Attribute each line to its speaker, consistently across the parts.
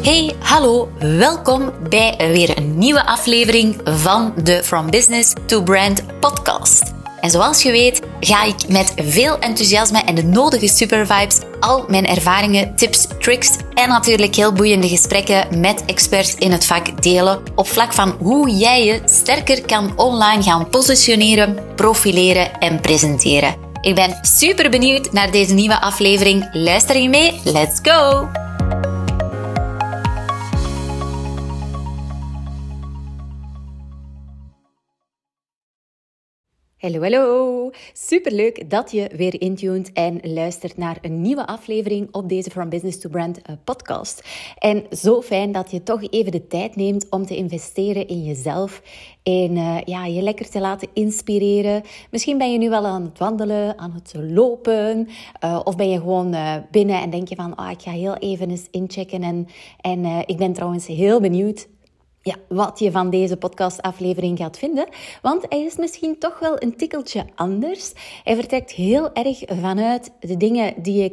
Speaker 1: Hey, hallo, welkom bij weer een nieuwe aflevering van de From Business to Brand podcast. En zoals je weet ga ik met veel enthousiasme en de nodige supervibes al mijn ervaringen, tips, tricks en natuurlijk heel boeiende gesprekken met experts in het vak delen op vlak van hoe jij je sterker kan online gaan positioneren, profileren en presenteren. Ik ben super benieuwd naar deze nieuwe aflevering. Luister je mee? Let's go! Hallo. Superleuk dat je weer intuned en luistert naar een nieuwe aflevering op deze From Business to Brand podcast. En zo fijn dat je toch even de tijd neemt om te investeren in jezelf en je lekker te laten inspireren. Misschien ben je nu wel aan het wandelen, aan het lopen, of ben je gewoon binnen en denk je van, ik ga heel even eens inchecken en ik ben trouwens heel benieuwd wat je van deze podcastaflevering gaat vinden. Want hij is misschien toch wel een tikkeltje anders. Hij vertrekt heel erg vanuit de dingen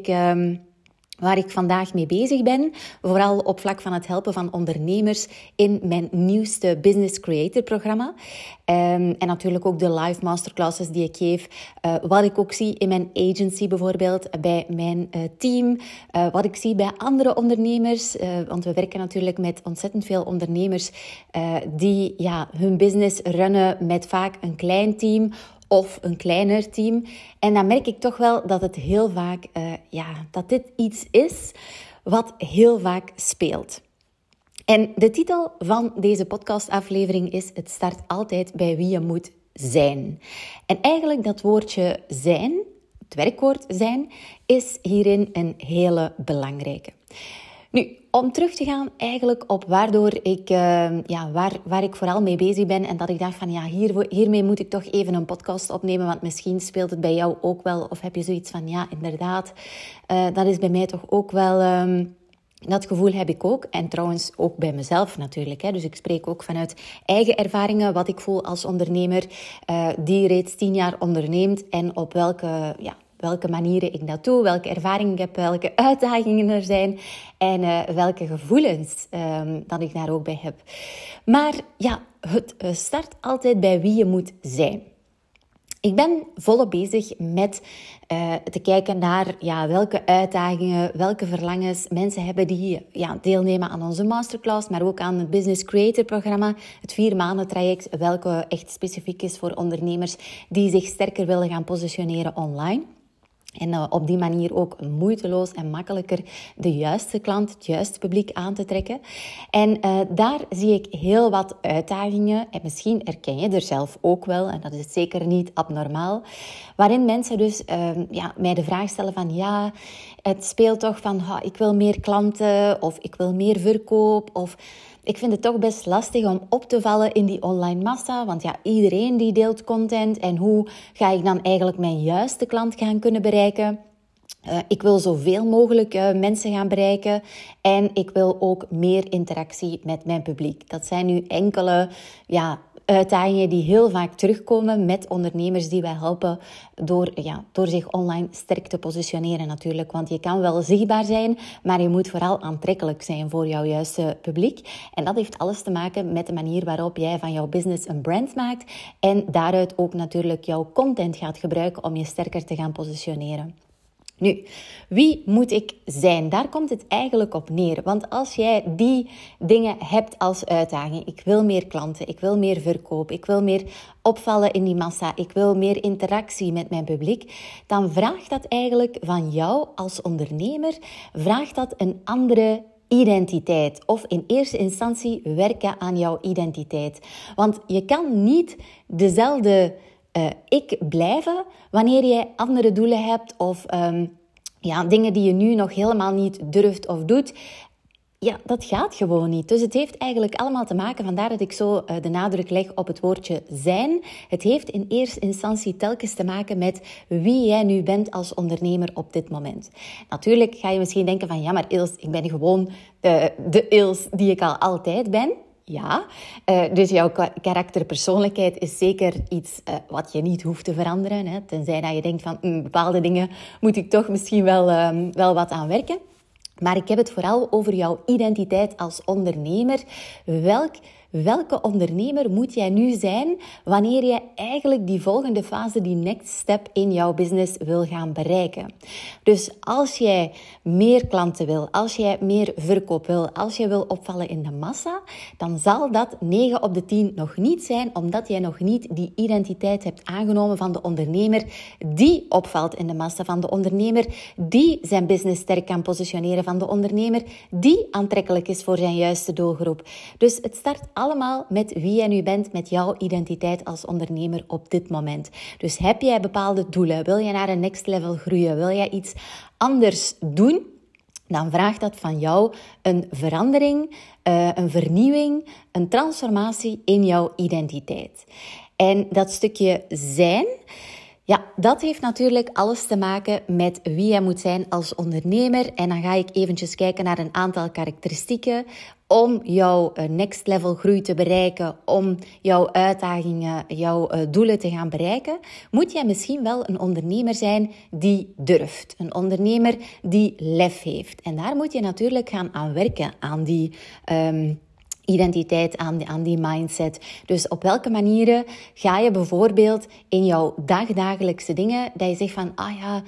Speaker 1: waar ik vandaag mee bezig ben. Vooral op vlak van het helpen van ondernemers in mijn nieuwste Business Creator programma. En natuurlijk ook de live masterclasses die ik geef. Wat ik ook zie in mijn agency bijvoorbeeld, bij mijn team. Wat ik zie bij andere ondernemers. Want we werken natuurlijk met ontzettend veel ondernemers die hun business runnen met vaak een klein team of een kleiner team. En dan merk ik toch wel dat het heel vaak, dat dit iets is wat heel vaak speelt. En de titel van deze podcastaflevering is: het start altijd bij wie je moet zijn. En eigenlijk dat woordje zijn, het werkwoord zijn, is hierin een hele belangrijke. Nu, om terug te gaan eigenlijk op waardoor ik, waar ik vooral mee bezig ben en dat ik dacht van hiermee moet ik toch even een podcast opnemen, want misschien speelt het bij jou ook wel of heb je zoiets van inderdaad, dat is bij mij toch ook wel... Dat gevoel heb ik ook. En trouwens ook bij mezelf natuurlijk. Hè. Dus ik spreek ook vanuit eigen ervaringen. Wat ik voel als ondernemer die reeds 10 jaar onderneemt. En op welke manieren ik dat doe. Welke ervaringen ik heb. Welke uitdagingen er zijn. En welke gevoelens dat ik daar ook bij heb. Maar het start altijd bij wie je moet zijn. Ik ben volop bezig met te kijken naar welke uitdagingen, welke verlangens mensen hebben die deelnemen aan onze masterclass, maar ook aan het Business Creator programma, het 4 maanden traject, welke echt specifiek is voor ondernemers die zich sterker willen gaan positioneren online. En op die manier ook moeiteloos en makkelijker de juiste klant, het juiste publiek aan te trekken. En daar zie ik heel wat uitdagingen. En misschien herken je er zelf ook wel, en dat is zeker niet abnormaal. Waarin mensen dus mij de vraag stellen van het speelt toch van ik wil meer klanten of ik wil meer verkoop of... Ik vind het toch best lastig om op te vallen in die online massa. Want iedereen die deelt content. En hoe ga ik dan eigenlijk mijn juiste klant gaan kunnen bereiken? Ik wil zoveel mogelijk mensen gaan bereiken. En ik wil ook meer interactie met mijn publiek. Dat zijn nu enkele uitdagingen die heel vaak terugkomen met ondernemers die wij helpen door zich online sterk te positioneren natuurlijk. Want je kan wel zichtbaar zijn, maar je moet vooral aantrekkelijk zijn voor jouw juiste publiek. En dat heeft alles te maken met de manier waarop jij van jouw business een brand maakt en daaruit ook natuurlijk jouw content gaat gebruiken om je sterker te gaan positioneren. Nu, wie moet ik zijn? Daar komt het eigenlijk op neer. Want als jij die dingen hebt als uitdaging, ik wil meer klanten, ik wil meer verkoop, ik wil meer opvallen in die massa, ik wil meer interactie met mijn publiek, dan vraagt dat eigenlijk van jou als ondernemer, vraagt dat een andere identiteit. Of in eerste instantie werken aan jouw identiteit. Want je kan niet dezelfde ik blijven wanneer jij andere doelen hebt of dingen die je nu nog helemaal niet durft of doet. Dat gaat gewoon niet. Dus het heeft eigenlijk allemaal te maken, vandaar dat ik zo de nadruk leg op het woordje zijn. Het heeft in eerste instantie telkens te maken met wie jij nu bent als ondernemer op dit moment. Natuurlijk ga je misschien denken van maar Ilse, ik ben gewoon de Ilse die ik al altijd ben. Ja, dus jouw karakterpersoonlijkheid is zeker iets wat je niet hoeft te veranderen. Hè? Tenzij dat je denkt van bepaalde dingen moet ik toch misschien wel wat aan werken. Maar ik heb het vooral over jouw identiteit als ondernemer. Welke ondernemer moet jij nu zijn wanneer je eigenlijk die volgende fase, die next step in jouw business wil gaan bereiken? Dus als jij meer klanten wil, als jij meer verkoop wil, als je wil opvallen in de massa, dan zal dat 9 op de 10 nog niet zijn, omdat jij nog niet die identiteit hebt aangenomen van de ondernemer die opvalt in de massa, van de ondernemer die zijn business sterk kan positioneren, van de ondernemer die aantrekkelijk is voor zijn juiste doelgroep. Dus het start allemaal met wie jij nu bent, met jouw identiteit als ondernemer op dit moment. Dus heb jij bepaalde doelen? Wil je naar een next level groeien? Wil jij iets anders doen? Dan vraagt dat van jou een verandering, een vernieuwing, een transformatie in jouw identiteit. En dat stukje zijn, ja, dat heeft natuurlijk alles te maken met wie jij moet zijn als ondernemer. En dan ga ik eventjes kijken naar een aantal karakteristieken om jouw next level groei te bereiken, om jouw uitdagingen, jouw doelen te gaan bereiken. Moet jij misschien wel een ondernemer zijn die durft. Een ondernemer die lef heeft. En daar moet je natuurlijk gaan aan werken, aan die identiteit, aan die mindset. Dus op welke manieren ga je bijvoorbeeld in jouw dagdagelijkse dingen, dat je zegt van,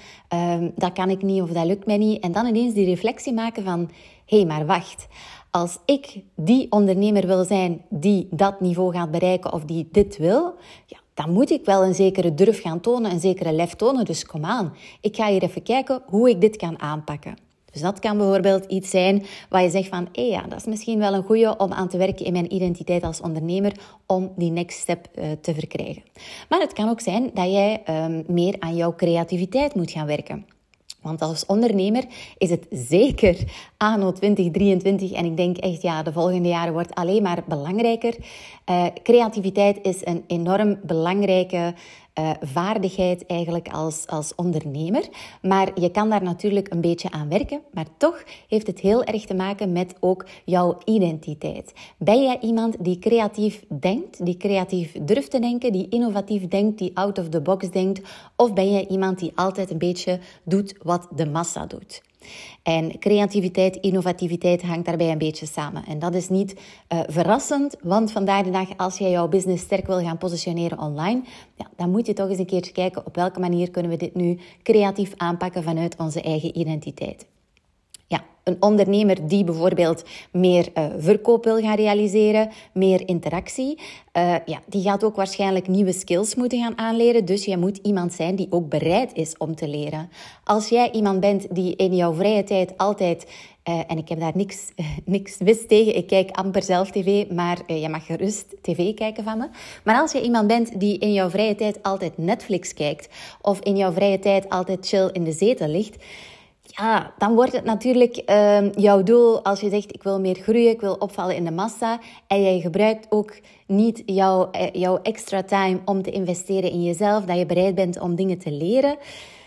Speaker 1: dat kan ik niet of dat lukt mij niet. En dan ineens die reflectie maken van, hé, maar wacht. Als ik die ondernemer wil zijn die dat niveau gaat bereiken of die dit wil, ja, dan moet ik wel een zekere durf gaan tonen, een zekere lef tonen. Dus kom aan, ik ga hier even kijken hoe ik dit kan aanpakken. Dus dat kan bijvoorbeeld iets zijn waar je zegt van, dat is misschien wel een goeie om aan te werken in mijn identiteit als ondernemer om die next step te verkrijgen. Maar het kan ook zijn dat jij meer aan jouw creativiteit moet gaan werken. Want als ondernemer is het zeker anno 2023 en ik denk echt, de volgende jaren wordt alleen maar belangrijker. Creativiteit is een enorm belangrijke vaardigheid eigenlijk als ondernemer. Maar je kan daar natuurlijk een beetje aan werken. Maar toch heeft het heel erg te maken met ook jouw identiteit. Ben jij iemand die creatief denkt, die creatief durft te denken, die innovatief denkt, die out of the box denkt? Of ben jij iemand die altijd een beetje doet wat de massa doet? En creativiteit, innovativiteit hangt daarbij een beetje samen. En dat is niet verrassend, want vandaag de dag, als jij jouw business sterk wil gaan positioneren online, dan moet je toch eens een keertje kijken op welke manier kunnen we dit nu creatief aanpakken vanuit onze eigen identiteit. Ja, een ondernemer die bijvoorbeeld meer verkoop wil gaan realiseren, meer interactie, die gaat ook waarschijnlijk nieuwe skills moeten gaan aanleren. Dus je moet iemand zijn die ook bereid is om te leren. Als jij iemand bent die in jouw vrije tijd altijd, en ik heb daar niks wist tegen, ik kijk amper zelf tv, maar je mag gerust tv kijken van me. Maar als je iemand bent die in jouw vrije tijd altijd Netflix kijkt, of in jouw vrije tijd altijd chill in de zetel ligt, dan wordt het natuurlijk jouw doel als je zegt, ik wil meer groeien, ik wil opvallen in de massa, en jij gebruikt ook niet jouw extra time om te investeren in jezelf, dat je bereid bent om dingen te leren,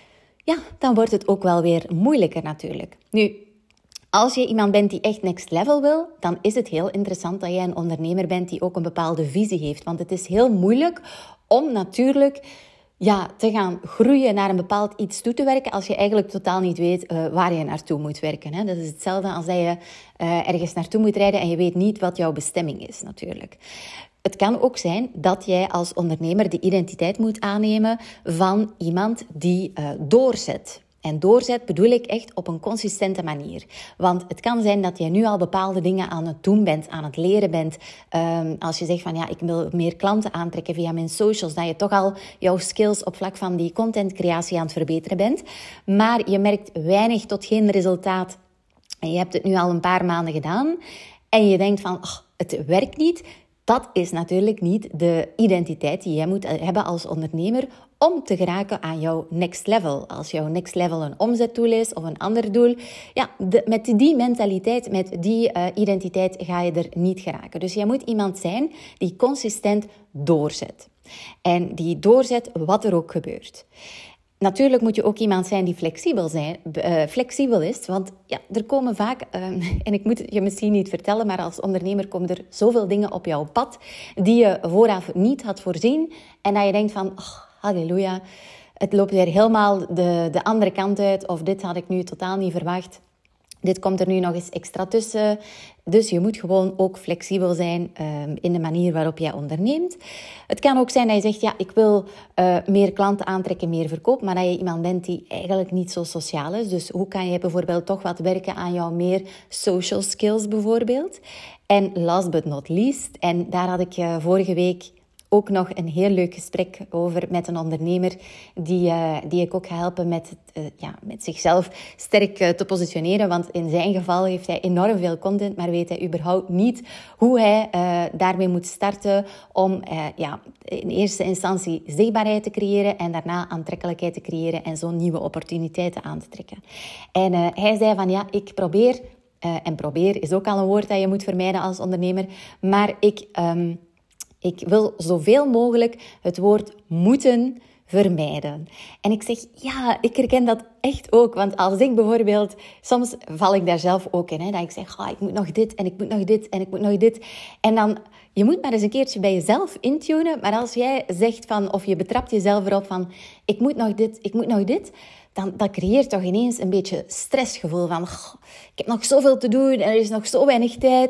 Speaker 1: dan wordt het ook wel weer moeilijker natuurlijk. Nu, als je iemand bent die echt next level wil, dan is het heel interessant dat jij een ondernemer bent die ook een bepaalde visie heeft. Want het is heel moeilijk om natuurlijk te gaan groeien naar een bepaald iets toe te werken als je eigenlijk totaal niet weet waar je naartoe moet werken. Hè? Dat is hetzelfde als dat je ergens naartoe moet rijden en je weet niet wat jouw bestemming is natuurlijk. Het kan ook zijn dat jij als ondernemer de identiteit moet aannemen van iemand die doorzet. En doorzet bedoel ik echt op een consistente manier. Want het kan zijn dat je nu al bepaalde dingen aan het doen bent, aan het leren bent. Als je zegt van ik wil meer klanten aantrekken via mijn socials, dat je toch al jouw skills op vlak van die contentcreatie aan het verbeteren bent. Maar je merkt weinig tot geen resultaat. En je hebt het nu al een paar maanden gedaan. En je denkt van, het werkt niet. Dat is natuurlijk niet de identiteit die jij moet hebben als ondernemer om te geraken aan jouw next level. Als jouw next level een omzetdoel is of een ander doel, met die mentaliteit, met die identiteit ga je er niet geraken. Dus jij moet iemand zijn die consistent doorzet. En die doorzet wat er ook gebeurt. Natuurlijk moet je ook iemand zijn die flexibel is, want er komen vaak, en ik moet het je misschien niet vertellen, maar als ondernemer komen er zoveel dingen op jouw pad die je vooraf niet had voorzien en dat je denkt van, halleluja, het loopt weer helemaal de andere kant uit of dit had ik nu totaal niet verwacht. Dit komt er nu nog eens extra tussen. Dus je moet gewoon ook flexibel zijn in de manier waarop jij onderneemt. Het kan ook zijn dat je zegt, ja, ik wil meer klanten aantrekken, meer verkoop. Maar dat je iemand bent die eigenlijk niet zo sociaal is. Dus hoe kan je bijvoorbeeld toch wat werken aan jouw meer social skills bijvoorbeeld. En last but not least, en daar had ik vorige week ook nog een heel leuk gesprek over met een ondernemer die ik ook ga helpen met zichzelf sterk te positioneren. Want in zijn geval heeft hij enorm veel content, maar weet hij überhaupt niet hoe hij daarmee moet starten om in eerste instantie zichtbaarheid te creëren en daarna aantrekkelijkheid te creëren en zo nieuwe opportuniteiten aan te trekken. En hij zei van ik probeer, en probeer is ook al een woord dat je moet vermijden als ondernemer, maar ik wil zoveel mogelijk het woord moeten vermijden. En ik zeg, ja, ik herken dat echt ook. Want als ik bijvoorbeeld, soms val ik daar zelf ook in. Dat ik zeg, ik moet nog dit en ik moet nog dit en ik moet nog dit. En dan, je moet maar eens een keertje bij jezelf intunen. Maar als jij zegt van, of je betrapt jezelf erop van, ik moet nog dit, ik moet nog dit. Dan dat creëert toch ineens een beetje stressgevoel van, ik heb nog zoveel te doen en er is nog zo weinig tijd.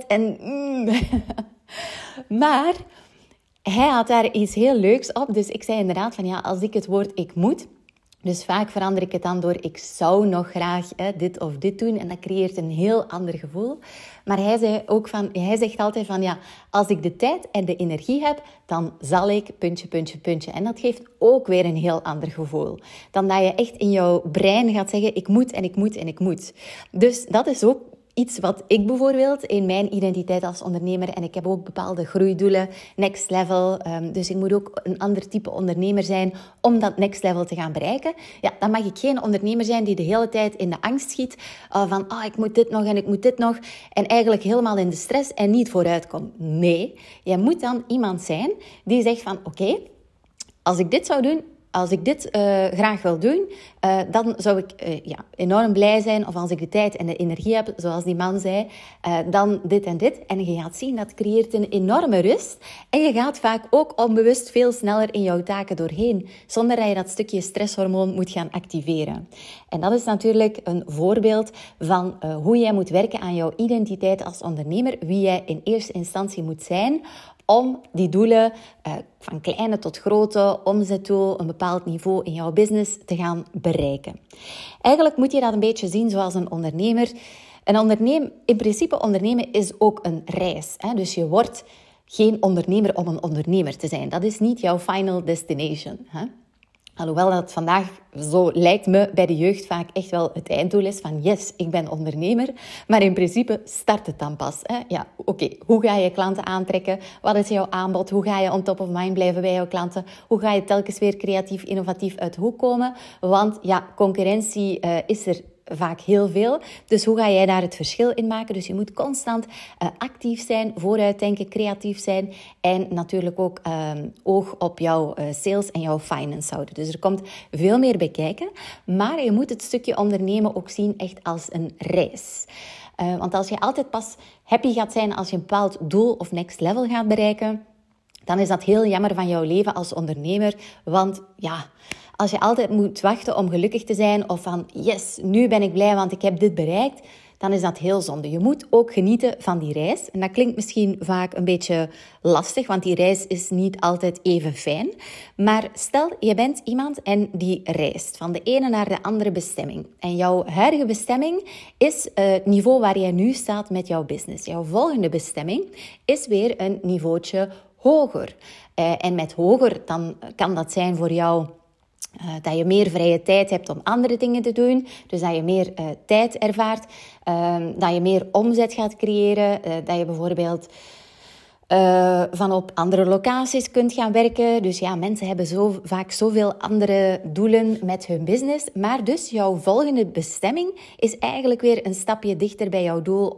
Speaker 1: Maar hij had daar iets heel leuks op. Dus ik zei inderdaad van als ik het woord ik moet. Dus vaak verander ik het dan door ik zou nog graag dit of dit doen. En dat creëert een heel ander gevoel. Maar hij zei ook hij zegt altijd van als ik de tijd en de energie heb, dan zal ik ... En dat geeft ook weer een heel ander gevoel. Dan dat je echt in jouw brein gaat zeggen ik moet en ik moet en ik moet. Dus dat is ook iets wat ik bijvoorbeeld in mijn identiteit als ondernemer, en ik heb ook bepaalde groeidoelen, next level, dus ik moet ook een ander type ondernemer zijn om dat next level te gaan bereiken. Ja, dan mag ik geen ondernemer zijn die de hele tijd in de angst schiet van ik moet dit nog en ik moet dit nog en eigenlijk helemaal in de stress en niet vooruit komt. Nee, jij moet dan iemand zijn die zegt van oké, als ik dit zou doen, als ik dit graag wil doen, dan zou ik enorm blij zijn. Of als ik de tijd en de energie heb, zoals die man zei, dan dit en dit. En je gaat zien, dat creëert een enorme rust. En je gaat vaak ook onbewust veel sneller in jouw taken doorheen, zonder dat je dat stukje stresshormoon moet gaan activeren. En dat is natuurlijk een voorbeeld van hoe jij moet werken aan jouw identiteit als ondernemer, wie jij in eerste instantie moet zijn, om die doelen van kleine tot grote omzetdoel, een bepaald niveau in jouw business te gaan bereiken. Eigenlijk moet je dat een beetje zien zoals een ondernemer. In principe ondernemen is ook een reis. Dus je wordt geen ondernemer om een ondernemer te zijn. Dat is niet jouw final destination. Alhoewel dat vandaag zo lijkt me bij de jeugd vaak echt wel het einddoel is van yes, ik ben ondernemer. Maar in principe start het dan pas. Ja, oké. Hoe ga je klanten aantrekken? Wat is jouw aanbod? Hoe ga je on top of mind blijven bij jouw klanten? Hoe ga je telkens weer creatief, innovatief uit de hoek komen? Want concurrentie is er vaak heel veel. Dus hoe ga jij daar het verschil in maken? Dus je moet constant actief zijn, vooruitdenken, creatief zijn en natuurlijk ook oog op jouw sales en jouw finance houden. Dus er komt veel meer bij kijken, maar je moet het stukje ondernemen ook zien echt als een reis. Want als je altijd pas happy gaat zijn als je een bepaald doel of next level gaat bereiken, dan is dat heel jammer van jouw leven als ondernemer, want als je altijd moet wachten om gelukkig te zijn of van yes, nu ben ik blij want ik heb dit bereikt, dan is dat heel zonde. Je moet ook genieten van die reis. En dat klinkt misschien vaak een beetje lastig, want die reis is niet altijd even fijn. Maar stel, je bent iemand en die reist van de ene naar de andere bestemming. En jouw huidige bestemming is het niveau waar jij nu staat met jouw business. Jouw volgende bestemming is weer een niveautje hoger. En met hoger, dan kan dat zijn voor jou dat je meer vrije tijd hebt om andere dingen te doen. Dus dat je meer tijd ervaart. Dat je meer omzet gaat creëren. Dat je bijvoorbeeld van op andere locaties kunt gaan werken. Dus mensen hebben vaak zoveel andere doelen met hun business. Maar dus jouw volgende bestemming is eigenlijk weer een stapje dichter bij jouw doel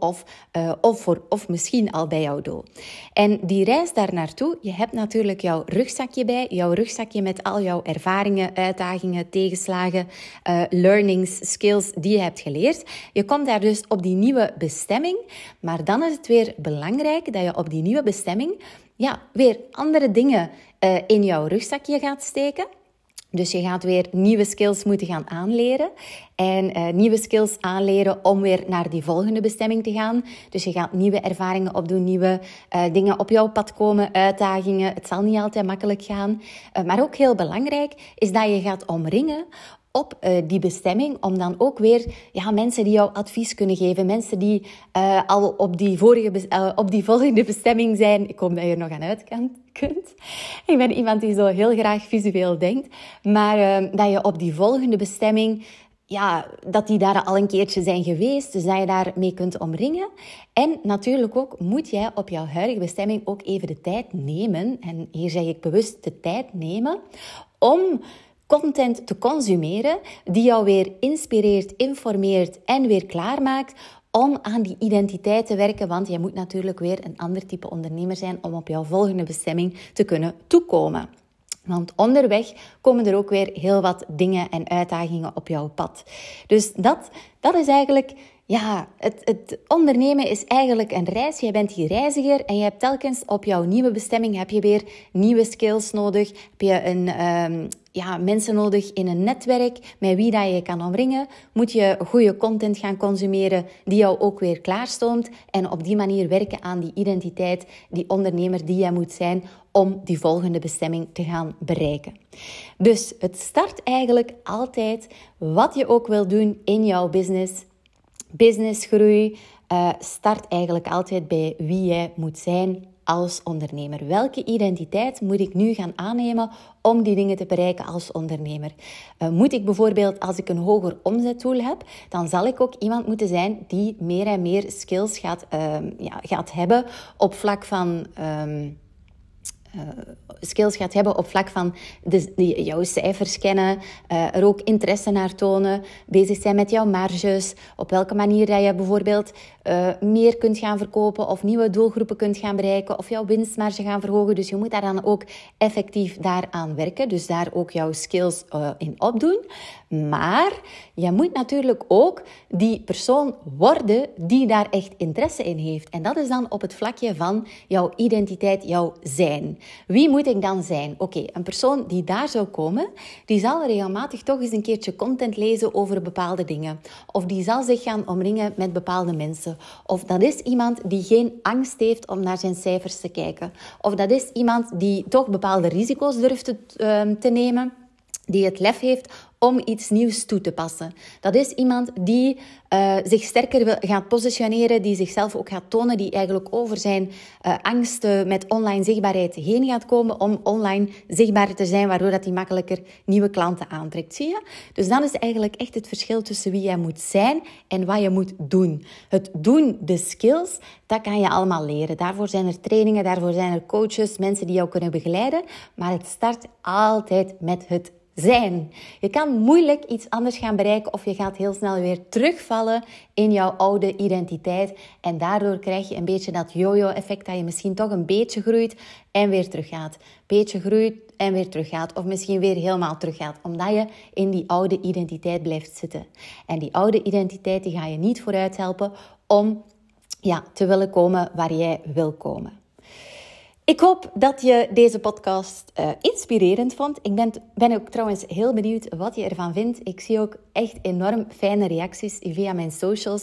Speaker 1: of misschien al bij jouw doel. En die reis daar naartoe, je hebt natuurlijk jouw rugzakje bij. Jouw rugzakje met al jouw ervaringen, uitdagingen, tegenslagen, learnings, skills die je hebt geleerd. Je komt daar dus op die nieuwe bestemming. Maar dan is het weer belangrijk dat je op die nieuwe bestemming weer andere dingen in jouw rugzakje gaat steken. Dus je gaat weer nieuwe skills moeten gaan aanleren. En nieuwe skills aanleren om weer naar die volgende bestemming te gaan. Dus je gaat nieuwe ervaringen opdoen, nieuwe dingen op jouw pad komen, uitdagingen. Het zal niet altijd makkelijk gaan. Maar ook heel belangrijk is dat je gaat omringen op die bestemming, om dan ook weer mensen die jou advies kunnen geven, mensen die al op die volgende bestemming zijn. Ik hoop dat je er nog aan uit kunt. Ik ben iemand die zo heel graag visueel denkt, maar dat je op die volgende bestemming, dat die daar al een keertje zijn geweest, dus dat je daarmee kunt omringen. En natuurlijk ook moet jij op jouw huidige bestemming ook even de tijd nemen, en hier zeg ik bewust de tijd nemen, om content te consumeren die jou weer inspireert, informeert en weer klaarmaakt om aan die identiteit te werken. Want jij moet natuurlijk weer een ander type ondernemer zijn om op jouw volgende bestemming te kunnen toekomen. Want onderweg komen er ook weer heel wat dingen en uitdagingen op jouw pad. Dus dat is eigenlijk... het ondernemen is eigenlijk een reis. Jij bent die reiziger en je hebt telkens op jouw nieuwe bestemming heb je weer nieuwe skills nodig. Heb je mensen nodig in een netwerk met wie dat je kan omringen. Moet je goede content gaan consumeren die jou ook weer klaarstoomt. En op die manier werken aan die identiteit, die ondernemer die jij moet zijn om die volgende bestemming te gaan bereiken. Dus het start eigenlijk altijd wat je ook wil doen in jouw business. Businessgroei start eigenlijk altijd bij wie jij moet zijn als ondernemer. Welke identiteit moet ik nu gaan aannemen om die dingen te bereiken als ondernemer? Moet ik bijvoorbeeld, als ik een hoger omzetdoel heb, dan zal ik ook iemand moeten zijn die meer en meer skills gaat hebben op vlak van... skills gaat hebben op vlak van jouw cijfers kennen, er ook interesse naar tonen, bezig zijn met jouw marges, op welke manier dat je bijvoorbeeld meer kunt gaan verkopen of nieuwe doelgroepen kunt gaan bereiken of jouw winstmarge gaan verhogen. Dus je moet daar dan ook effectief daaraan werken, dus daar ook jouw skills in opdoen. Maar je moet natuurlijk ook die persoon worden die daar echt interesse in heeft. En dat is dan op het vlakje van jouw identiteit, jouw zijn. Wie moet ik dan zijn? Oké, een persoon die daar zou komen, die zal regelmatig toch eens een keertje content lezen over bepaalde dingen. Of die zal zich gaan omringen met bepaalde mensen. Of dat is iemand die geen angst heeft om naar zijn cijfers te kijken. Of dat is iemand die toch bepaalde risico's durft te nemen, die het lef heeft om iets nieuws toe te passen. Dat is iemand die zich sterker gaat positioneren, die zichzelf ook gaat tonen, die eigenlijk over zijn angsten met online zichtbaarheid heen gaat komen om online zichtbaar te zijn, waardoor dat hij makkelijker nieuwe klanten aantrekt. Zie je? Dus dat is eigenlijk echt het verschil tussen wie jij moet zijn en wat je moet doen. Het doen, de skills, dat kan je allemaal leren. Daarvoor zijn er trainingen, daarvoor zijn er coaches, mensen die jou kunnen begeleiden. Maar het start altijd met het zijn. Je kan moeilijk iets anders gaan bereiken of je gaat heel snel weer terugvallen in jouw oude identiteit. En daardoor krijg je een beetje dat yo-yo-effect dat je misschien toch een beetje groeit en weer teruggaat. Beetje groeit en weer teruggaat. Of misschien weer helemaal teruggaat. Omdat je in die oude identiteit blijft zitten. En die oude identiteit die ga je niet vooruit helpen om te willen komen waar jij wil komen. Ik hoop dat je deze podcast inspirerend vond. Ik ben ook trouwens heel benieuwd wat je ervan vindt. Ik zie ook echt enorm fijne reacties via mijn socials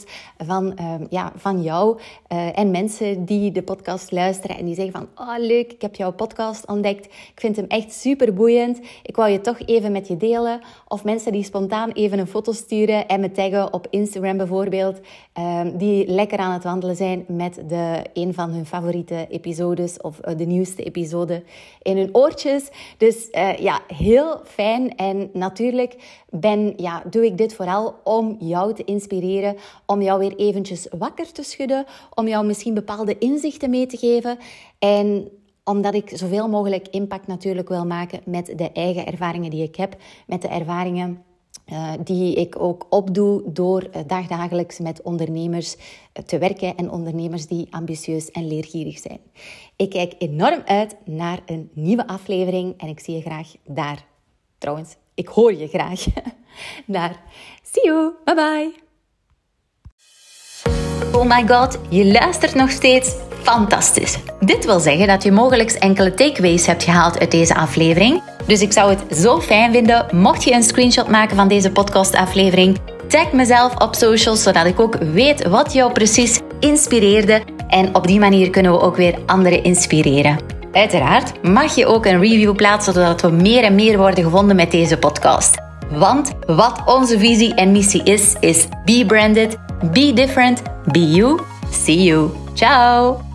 Speaker 1: van jou en mensen die de podcast luisteren en die zeggen van, oh leuk, ik heb jouw podcast ontdekt. Ik vind hem echt super boeiend. Ik wou je toch even met je delen. Of mensen die spontaan even een foto sturen en me taggen op Instagram bijvoorbeeld, die lekker aan het wandelen zijn met een van hun favoriete episodes of de nieuwste episode in hun oortjes. Dus heel fijn. En natuurlijk doe ik dit vooral om jou te inspireren, om jou weer eventjes wakker te schudden, om jou misschien bepaalde inzichten mee te geven. En omdat ik zoveel mogelijk impact natuurlijk wil maken met de eigen ervaringen die ik heb, met de ervaringen die ik ook opdoe door dagelijks met ondernemers te werken en ondernemers die ambitieus en leergierig zijn. Ik kijk enorm uit naar een nieuwe aflevering en ik zie je graag daar. Trouwens, ik hoor je graag daar. See you, bye bye. Oh my god, je luistert nog steeds. Fantastisch. Dit wil zeggen dat je mogelijk enkele takeaways hebt gehaald uit deze aflevering. Dus ik zou het zo fijn vinden mocht je een screenshot maken van deze podcastaflevering. Tag mezelf op socials, zodat ik ook weet wat jou precies inspireerde. En op die manier kunnen we ook weer anderen inspireren. Uiteraard mag je ook een review plaatsen, zodat we meer en meer worden gevonden met deze podcast. Want wat onze visie en missie is be branded, be different, be you. See you. Ciao.